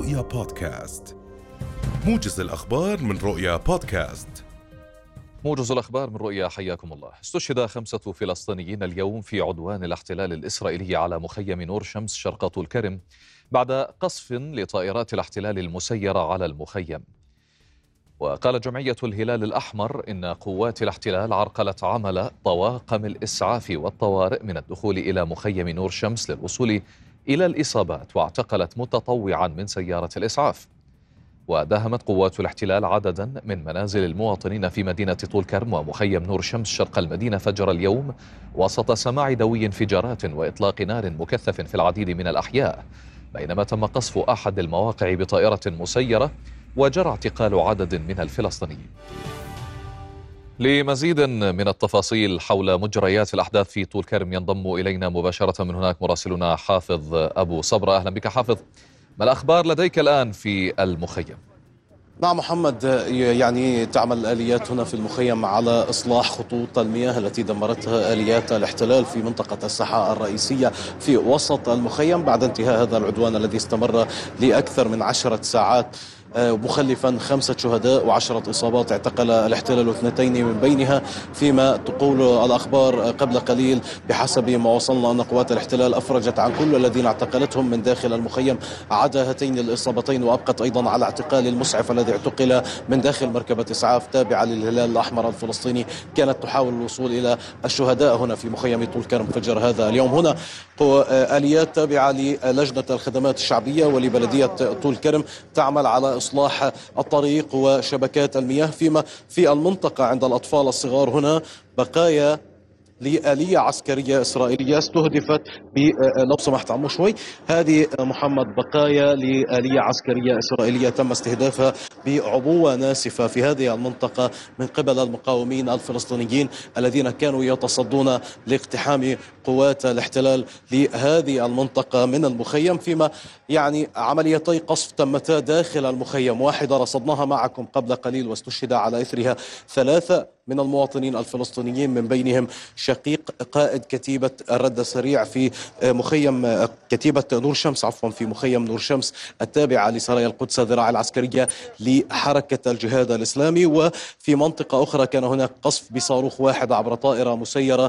رؤيا بودكاست. موجز الأخبار من رؤيا بودكاست. موجز الأخبار من رؤيا، حياكم الله. استشهد 5 فلسطينيين اليوم في عدوان الاحتلال الإسرائيلي على مخيم نور شمس شرق طول كرم بعد قصف لطائرات الاحتلال المسيرة على المخيم. وقال جمعية الهلال الأحمر إن قوات الاحتلال عرقلت عمل طواقم الإسعاف والطوارئ من الدخول إلى مخيم نور شمس للوصول إلى الإصابات، واعتقلت متطوعا من سيارة الإسعاف. وداهمت قوات الاحتلال عددا من منازل المواطنين في مدينة طول كرم ومخيم نور شمس شرق المدينة فجر اليوم، وسط سماع دوي انفجارات وإطلاق نار مكثف في العديد من الأحياء، بينما تم قصف أحد المواقع بطائرة مسيرة وجرى اعتقال عدد من الفلسطينيين. لمزيد من التفاصيل حول مجريات الأحداث في طول كرم ينضم إلينا مباشرة من هناك مراسلنا حافظ أبو صبرة. أهلا بك حافظ، ما الأخبار لديك الآن في المخيم؟ نعم محمد، يعني تعمل الآليات هنا في المخيم على إصلاح خطوط المياه التي دمرتها آليات الاحتلال في منطقة الساحة الرئيسية في وسط المخيم بعد انتهاء هذا العدوان الذي استمر لأكثر من 10 ساعات، مخلفا 5 شهداء و10 إصابات. اعتقل الاحتلال 2 من بينها، فيما تقول الأخبار قبل قليل بحسب ما وصلنا أن قوات الاحتلال أفرجت عن كل الذين اعتقلتهم من داخل المخيم عدا هاتين الإصابتين، وأبقت أيضا على اعتقال المسعف الذي اعتقل من داخل مركبة إسعاف تابعة للهلال الأحمر الفلسطيني، كانت تحاول الوصول إلى الشهداء هنا في مخيم طول كرم فجر هذا اليوم. هنا آليات تابعة للجنة الخدمات الشعبية ولبلدية طول كرم تعمل على إصلاح الطريق وشبكات المياه، فيما في المنطقة عند الأطفال الصغار هنا بقايا لآلية عسكرية إسرائيلية استهدفت لو سمحت عمو شوي، هذه محمد بقايا لآلية عسكرية إسرائيلية تم استهدافها بعبوة ناسفة في هذه المنطقة من قبل المقاومين الفلسطينيين الذين كانوا يتصدون لاقتحام قوات الاحتلال لهذه المنطقة من المخيم، فيما يعني عمليتي قصف تمتا داخل المخيم، واحدة رصدناها معكم قبل قليل واستشهد على إثرها 3 من المواطنين الفلسطينيين، من بينهم شقيق قائد كتيبة الرد السريع في مخيم كتيبة نور شمس في مخيم نور شمس التابعة لسرايا القدس الذراع العسكرية لحركة الجهاد الإسلامي. وفي منطقة أخرى كان هناك قصف بصاروخ واحد عبر طائرة مسيرة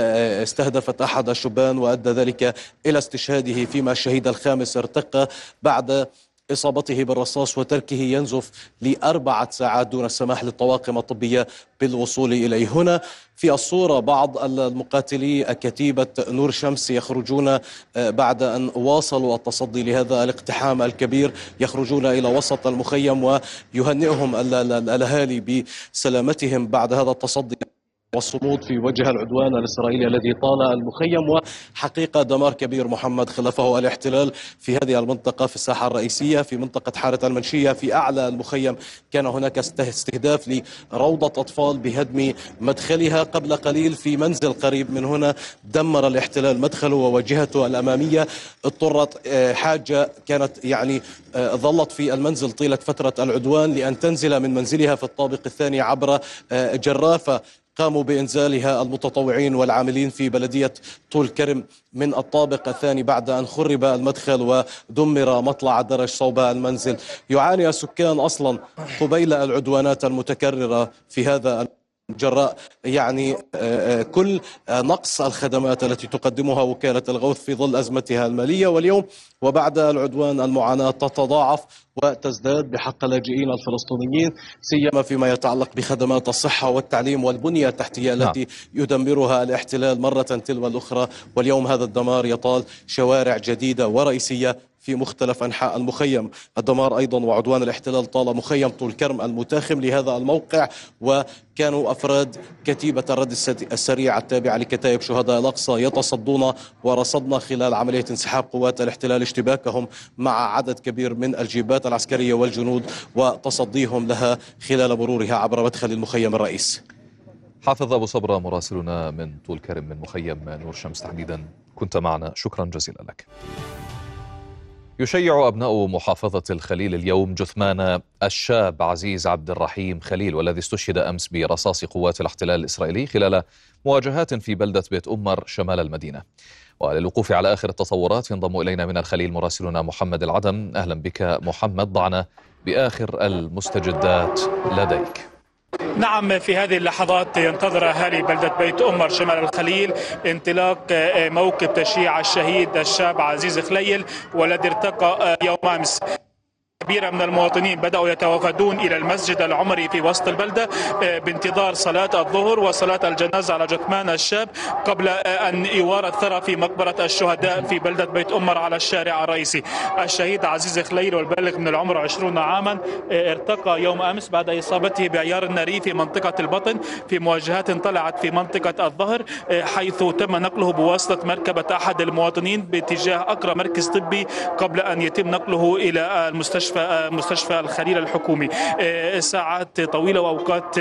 استهدفت أحد الشبان وأدى ذلك إلى استشهاده، فيما الشهيد الخامس ارتقى بعد إصابته بالرصاص وتركه ينزف ل4 ساعات دون السماح للطواقم الطبية بالوصول إليه. هنا في الصورة بعض المقاتلي كتيبة نور شمس يخرجون بعد أن واصلوا التصدي لهذا الاقتحام الكبير، يخرجون إلى وسط المخيم ويهنئهم الأهالي بسلامتهم بعد هذا التصدي والصمود في وجه العدوان الإسرائيلي الذي طال المخيم. وحقيقة دمار كبير محمد خلفه الاحتلال في هذه المنطقة في الساحة الرئيسية في منطقة حارة المنشية. في أعلى المخيم كان هناك استهداف لروضة أطفال بهدم مدخلها. قبل قليل في منزل قريب من هنا دمر الاحتلال مدخله وواجهته الأمامية. اضطرت حاجة كانت يعني ظلت في المنزل طيلة فترة العدوان لأن تنزل من منزلها في الطابق الثاني عبر جرافة قاموا بإنزالها المتطوعين والعاملين في بلدية طول كرم من الطابق الثاني بعد أن خرب المدخل ودمر مطلع درج صوب المنزل. يعاني السكان أصلا قبيل العدوانات المتكررة في هذا جراء يعني كل نقص الخدمات التي تقدمها وكالة الغوث في ظل أزمتها المالية. واليوم وبعد العدوان المعاناة تتضاعف وتزداد بحق اللاجئين الفلسطينيين، سيما فيما يتعلق بخدمات الصحة والتعليم والبنية التحتية التي يدمرها الاحتلال مرة تلو الأخرى. واليوم هذا الدمار يطال شوارع جديدة ورئيسية في مختلف أنحاء المخيم. الدمار أيضا وعدوان الاحتلال طال مخيم طول كرم المتاخم لهذا الموقع، وكانوا أفراد كتيبة الرد السريع التابعة لكتائب شهداء الأقصى يتصدون، ورصدنا خلال عملية انسحاب قوات الاحتلال اشتباكهم مع عدد كبير من الجيبات العسكرية والجنود وتصديهم لها خلال مرورها عبر مدخل المخيم الرئيسي. حافظ أبو صبرة مراسلنا من طول كرم من مخيم نور شمس تحديدا، كنت معنا، شكرا جزيلا لك. يشيع أبناء محافظة الخليل اليوم جثمان الشاب عزيز عبد الرحيم خليل، والذي استشهد أمس برصاص قوات الاحتلال الإسرائيلي خلال مواجهات في بلدة بيت أمر شمال المدينة. وللوقوف على آخر التطورات ينضم إلينا من الخليل مراسلنا محمد العدم. أهلا بك محمد، ضعنا بآخر المستجدات لديك. نعم، في هذه اللحظات ينتظر أهالي بلدة بيت أمر شمال الخليل انطلاق موكب تشييع الشهيد الشاب عزيز خليل والذي ارتقى يوم أمس. كبيرة من المواطنين بدأوا يتوافدون إلى المسجد العمري في وسط البلدة بانتظار صلاة الظهر وصلاة الجنازة على جثمان الشاب قبل أن يوارى الثرى في مقبرة الشهداء في بلدة بيت أمر على الشارع الرئيسي. الشهيد عزيز خليل والبالغ من العمر 20 عاما ارتقى يوم أمس بعد إصابته بعيار ناري في منطقة البطن في مواجهات طلعت في منطقة الظهر، حيث تم نقله بواسطة مركبة أحد المواطنين باتجاه أقرب مركز طبي قبل أن يتم نقله إلى مستشفى الخليل الحكومي. ساعات طويلة وأوقات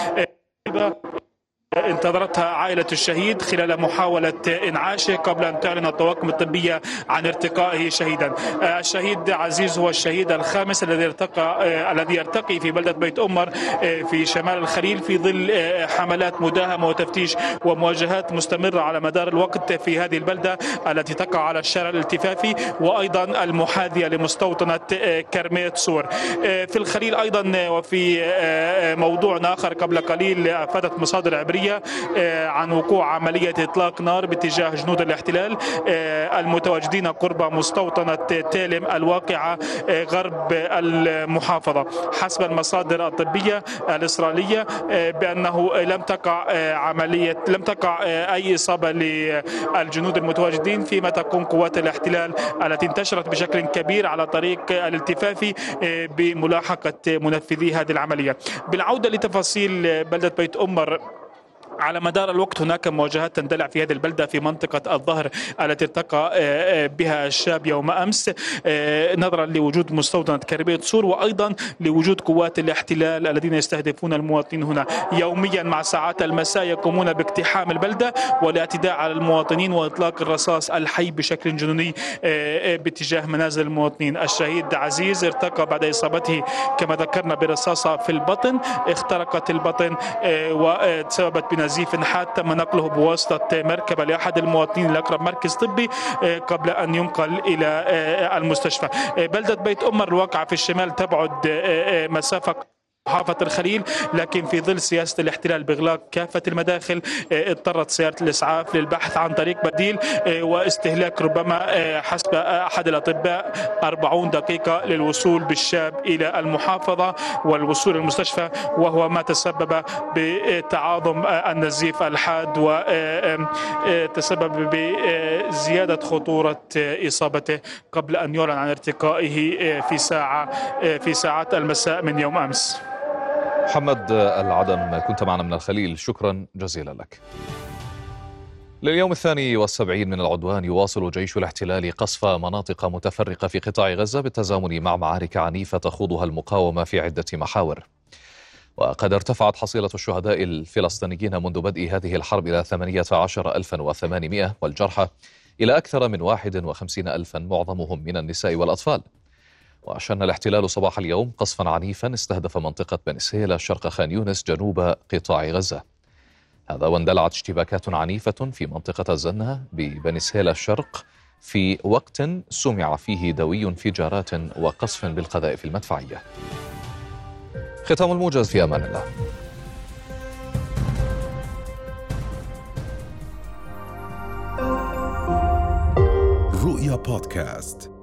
انتظرتها عائلة الشهيد خلال محاولة إنعاشه قبل أن تعلن الطواقم الطبية عن ارتقائه شهيدا. الشهيد عزيز هو الشهيد الخامس الذي يرتقي في بلدة بيت أمر في شمال الخليل في ظل حملات مداهمة وتفتيش ومواجهات مستمرة على مدار الوقت في هذه البلدة التي تقع على الشارع الالتفافي وأيضا المحاذية لمستوطنة كرمية سور. في الخليل أيضا وفي موضوع آخر قبل قليل أفادت مصادر عبرية عن وقوع عملية إطلاق نار باتجاه جنود الاحتلال المتواجدين قرب مستوطنة تيلم الواقعة غرب المحافظة. حسب المصادر الطبية الإسرائيلية بأنه لم تقع أي إصابة للجنود المتواجدين، فيما تقوم قوات الاحتلال التي انتشرت بشكل كبير على طريق الالتفافي بملاحقة منفذي هذه العملية. بالعودة لتفاصيل بلدة بيت أمر، على مدار الوقت هناك مواجهات تندلع في هذه البلدة في منطقة الظهر التي ارتقى بها الشاب يوم أمس نظرا لوجود مستوطنة كرمية سور وأيضا لوجود قوات الاحتلال الذين يستهدفون المواطنين هنا. يوميا مع ساعات المساء يقومون باقتحام البلدة والاعتداء على المواطنين وإطلاق الرصاص الحي بشكل جنوني باتجاه منازل المواطنين. الشهيد عزيز ارتقى بعد إصابته كما ذكرنا برصاصة في البطن، اخترقت البطن وتسببت نزيف حاد. تم نقله بواسطة مركبة لأحد المواطنين لأقرب مركز طبي قبل أن ينقل إلى المستشفى. بلدة بيت أمر الواقعة في الشمال تبعد مسافة محافظة الخليل، لكن في ظل سياسة الاحتلال بإغلاق كافة المداخل اضطرت سيارة الإسعاف للبحث عن طريق بديل واستهلاك ربما حسب أحد الأطباء 40 دقيقة للوصول بالشاب إلى المحافظة والوصول للمستشفى، وهو ما تسبب بتعاظم النزيف الحاد وتسبب بزيادة خطورة إصابته قبل أن يعلن عن ارتقائه في ساعات المساء من يوم أمس. محمد العدم كنت معنا من الخليل، شكرا جزيلا لك. لليوم 72 من العدوان يواصل جيش الاحتلال قصف مناطق متفرقة في قطاع غزة بالتزامن مع معارك عنيفة تخوضها المقاومة في عدة محاور. وقد ارتفعت حصيلة الشهداء الفلسطينيين منذ بدء هذه الحرب إلى 18,800 والجرحى إلى أكثر من 51,000 معظمهم من النساء والأطفال. وأشن الاحتلال صباح اليوم قصفا عنيفا استهدف منطقة بني سهيلة شرق خان يونس جنوب قطاع غزة. هذا واندلعت اشتباكات عنيفة في منطقة الزنة ببني سهيلة الشرق في وقت سمع فيه دوي انفجارات وقصف بالقذائف المدفعية. ختام الموجز، في أمان الله. رؤيا بودكاست.